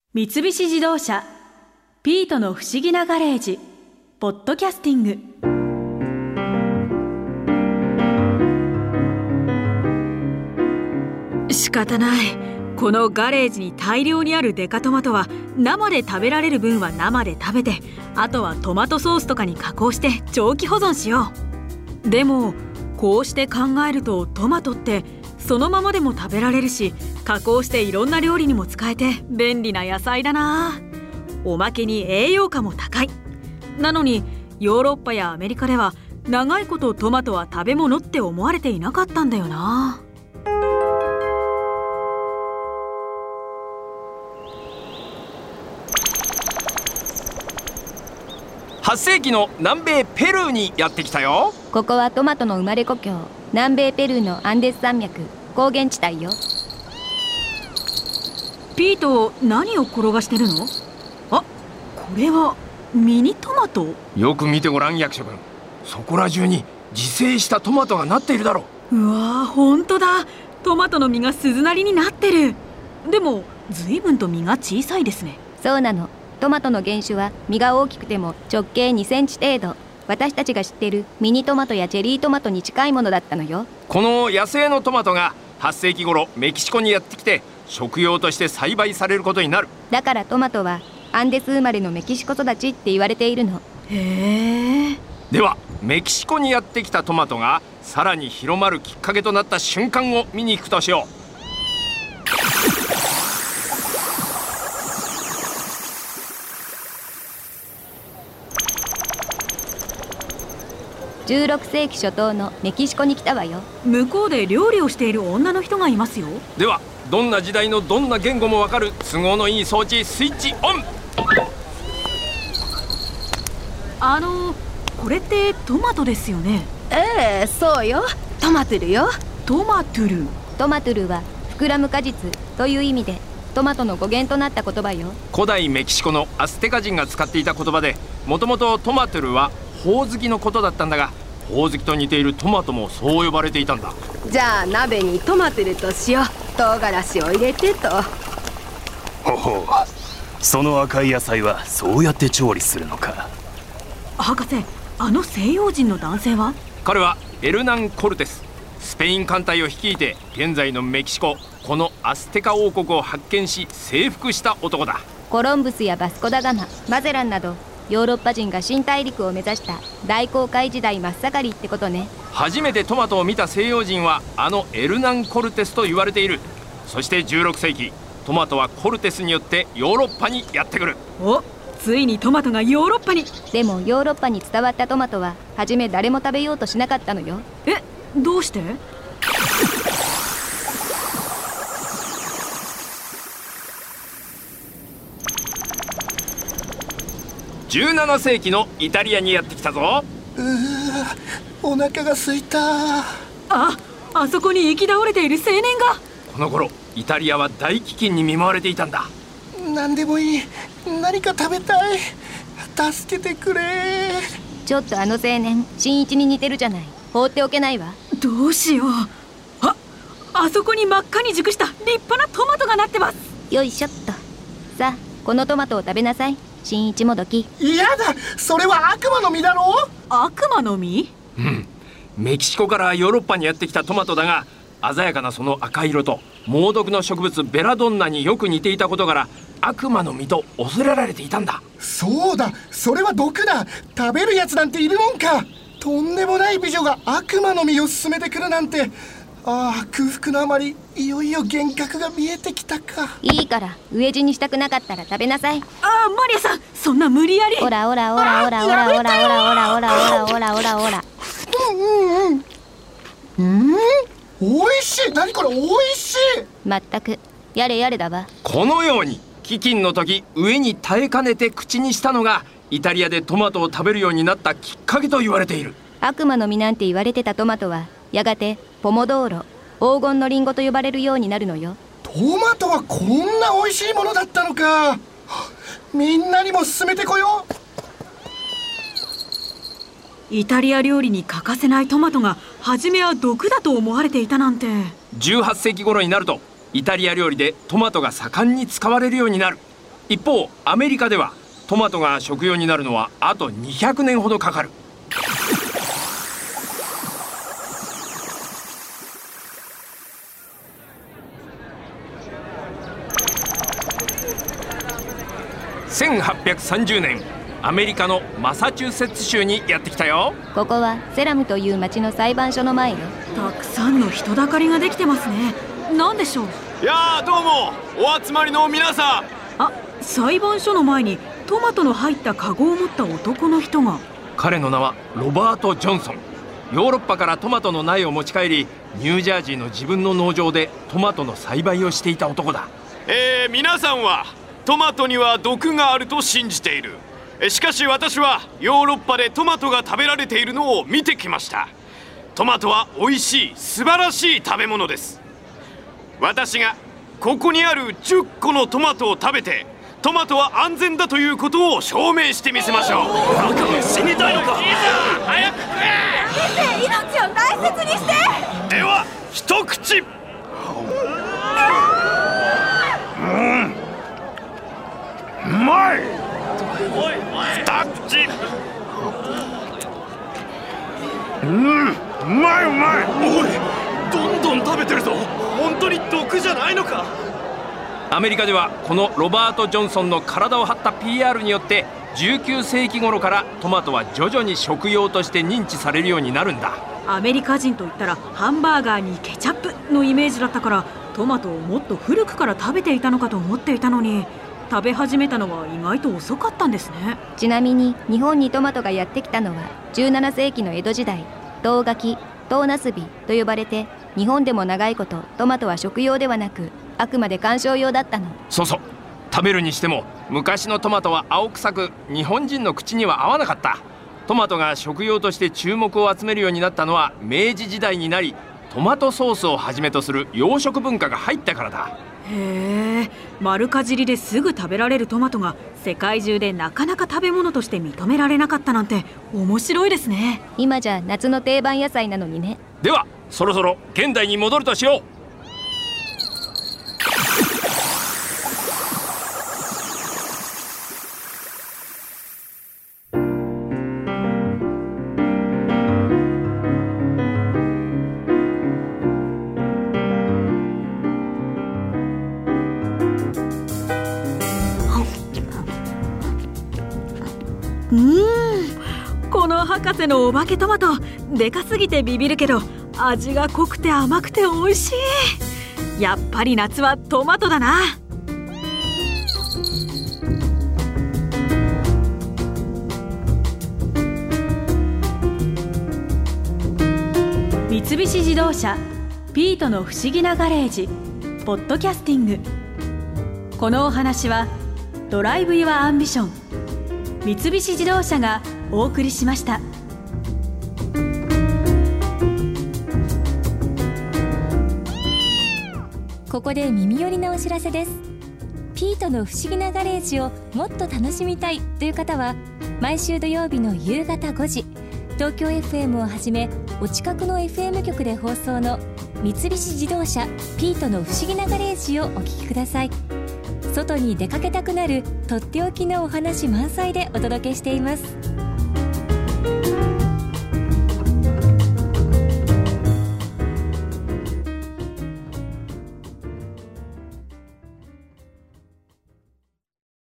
三菱自動車ピートの不思議なガレージポッドキャスティング。仕方ない。このガレージに大量にあるデカトマトは生で食べられる分は生で食べて、あとはトマトソースとかに加工して長期保存しよう。でもこうして考えるとトマトってそのままでも食べられるし、加工していろんな料理にも使えて便利な野菜だな。おまけに栄養価も高い。なのにヨーロッパやアメリカでは長いことトマトは食べ物って思われていなかったんだよな。 8世紀の南米ペルーにやってきたよ。 ここはトマトの生まれ故郷、南米ペルーのアンデス山脈高原地帯よ。 ピート、何を転がしてるの？あ、これはミニトマト？ よく見てごらん役所君、そこら中に自生したトマトがなっているだろう。 うわー、ほんとだ。トマトの実が鈴なりになってる。でも随分と実が小さいですね。 そうなの。トマトの原種は実が大きくても直径2センチ程度。私たちが知ってるミニトマトやチェリートマトに近いものだったのよ。 この野生のトマトが8世紀頃メキシコにやってきて食用として栽培されることになる。 だからトマトはアンデス生まれのメキシコ育ちって言われているの。 へえ。 ではメキシコにやってきたトマトがさらに広まるきっかけとなった瞬間を見に行くとしよう。 16世紀初頭のメキシコに来たわよ。 向こうで料理をしている女の人がいますよ。 ではどんな時代のどんな言語もわかる都合のいい装置スイッチオン。 これってトマトですよね？ そうよ。トマトゥルよ。 トマトゥル。 トマトゥルは膨らむ果実という意味でトマトの語源となった言葉よ。 古代メキシコのアステカ人が使っていた言葉で、もともとトマトゥルはほおずきのことだったんだが、ほおずきと似ているトマトもそう呼ばれていたんだ。 じゃあ鍋にトマトゥルと塩、唐辛子を入れてと。 ほほう、その赤い野菜はそうやって調理するのか。 博士、あの西洋人の男性は？ 彼はエルナン・コルテス。スペイン艦隊を率いて現在のメキシコ、このアステカ王国を発見し征服した男だ。 コロンブスやバスコダガマ、マゼランなどヨーロッパ人が新大陸を目指した大航海時代真っ盛りってことね。 初めてトマトを見た西洋人はあのエルナン・コルテスと言われている。そして16世紀、トマトはコルテスによってヨーロッパにやってくる。 お、ついにトマトがヨーロッパに。 でもヨーロッパに伝わったトマトは初め誰も食べようとしなかったのよ。 どうして？ 17世紀のイタリアにやってきたぞ。 お腹が空いた。 あそこに行き倒れている青年が。 この頃イタリアは大飢饉に見舞われていたんだ。 何でもいい。何か食べたい。助けてくれ。 ちょっとあの青年、新一に似てるじゃない。放っておけないわ。 どうしよう。あそこに真っ赤に熟した立派なトマトがなってます。 よいしょっと。さあ、このトマトを食べなさい。新一もどき。 嫌だ。それは悪魔の実だろう。 悪魔の実？ メキシコからヨーロッパにやってきたトマトだが、鮮やかなその赤色と猛毒の植物ベラドンナによく似ていたことから悪魔の実と恐れられていたんだ。 そうだ、それは毒だ。食べるやつなんているもんか。とんでもない美女が悪魔の実を勧めてくるなんて。空腹のあまりいよいよ幻覚が見えてきたか。 いいから飢え死にしたくなかったら食べなさい。 マリアさん、そんな無理やり。 オラオラオラオラオラオラオラオラオラオラオラオラオラ。 おいしい。何これ、おいしい。 まったくやれやれだわ。 このように飢饉の時飢えに耐えかねて口にしたのがイタリアでトマトを食べるようになったきっかけと言われている。 悪魔の実なんて言われてたトマトはやがてポモドーロ、黄金のリンゴと呼ばれるようになるのよ。 トマトはこんな美味しいものだったのか。みんなにも勧めてこよう。イタリア料理に欠かせないトマトが初めは毒だと思われていたなんて。 18世紀頃になるとイタリア料理でトマトが盛んに使われるようになる。 一方アメリカではトマトが食用になるのはあと200年ほどかかる。1830年アメリカのマサチューセッツ州にやってきたよ。 ここはセラムという町の裁判所の前よ。 たくさんの人だかりができてますね。何でしょう。 いやー、どうもお集まりの皆さん。 あ、裁判所の前にトマトの入ったカゴを持った男の人が。 彼の名はロバート・ジョンソン。ヨーロッパからトマトの苗を持ち帰り、ニュージャージーの自分の農場でトマトの栽培をしていた男だ。 皆さんはトマトには毒があると信じている。しかし私はヨーロッパでトマトが食べられているのを見てきました。トマトは美味しい素晴らしい食べ物です。私がここにある10個のトマトを食べてトマトは安全だということを証明してみせましょう。 バカが死にたいのか。 いざ早く食え。 命を大切にして。 では一口。うまい。二口。うまいうまい。 おい、どんどん食べてるぞ。本当に毒じゃないのか。 アメリカではこのロバート・ジョンソンの体を張った PR によって19世紀頃からトマトは徐々に食用として認知されるようになるんだ。 アメリカ人といったらハンバーガーにケチャップのイメージだったから、トマトをもっと古くから食べていたのかと思っていたのに、食べ始めたのは意外と遅かったんですね。 ちなみに日本にトマトがやってきたのは17世紀の江戸時代、唐柿、唐ナスビと呼ばれて、日本でも長いことトマトは食用ではなくあくまで観賞用だったの。 そうそう、食べるにしても昔のトマトは青臭く日本人の口には合わなかった。トマトが食用として注目を集めるようになったのは明治時代になり、トマトソースをはじめとする洋食文化が入ったからだ。 へえ、丸かじりですぐ食べられるトマトが世界中でなかなか食べ物として認められなかったなんて面白いですね。 今じゃ夏の定番野菜なのにね。 ではそろそろ現代に戻るとしよう。 この博士のお化けトマトでかすぎてビビるけど味が濃くて甘くて美味しい。やっぱり夏はトマトだな。三菱自動車ピートの不思議なガレージポッドキャスティング。このお話はドライブ・ユア・アンビション三菱自動車がお送りしました。 ここで耳寄りなお知らせです。ピートの不思議なガレージをもっと楽しみたいという方は、毎週土曜日の夕方5時、東京 FM をはじめお近くの FM 局で放送の三菱自動車ピートの不思議なガレージをお聞きください。外に出かけたくなるとっておきのお話満載でお届けしています。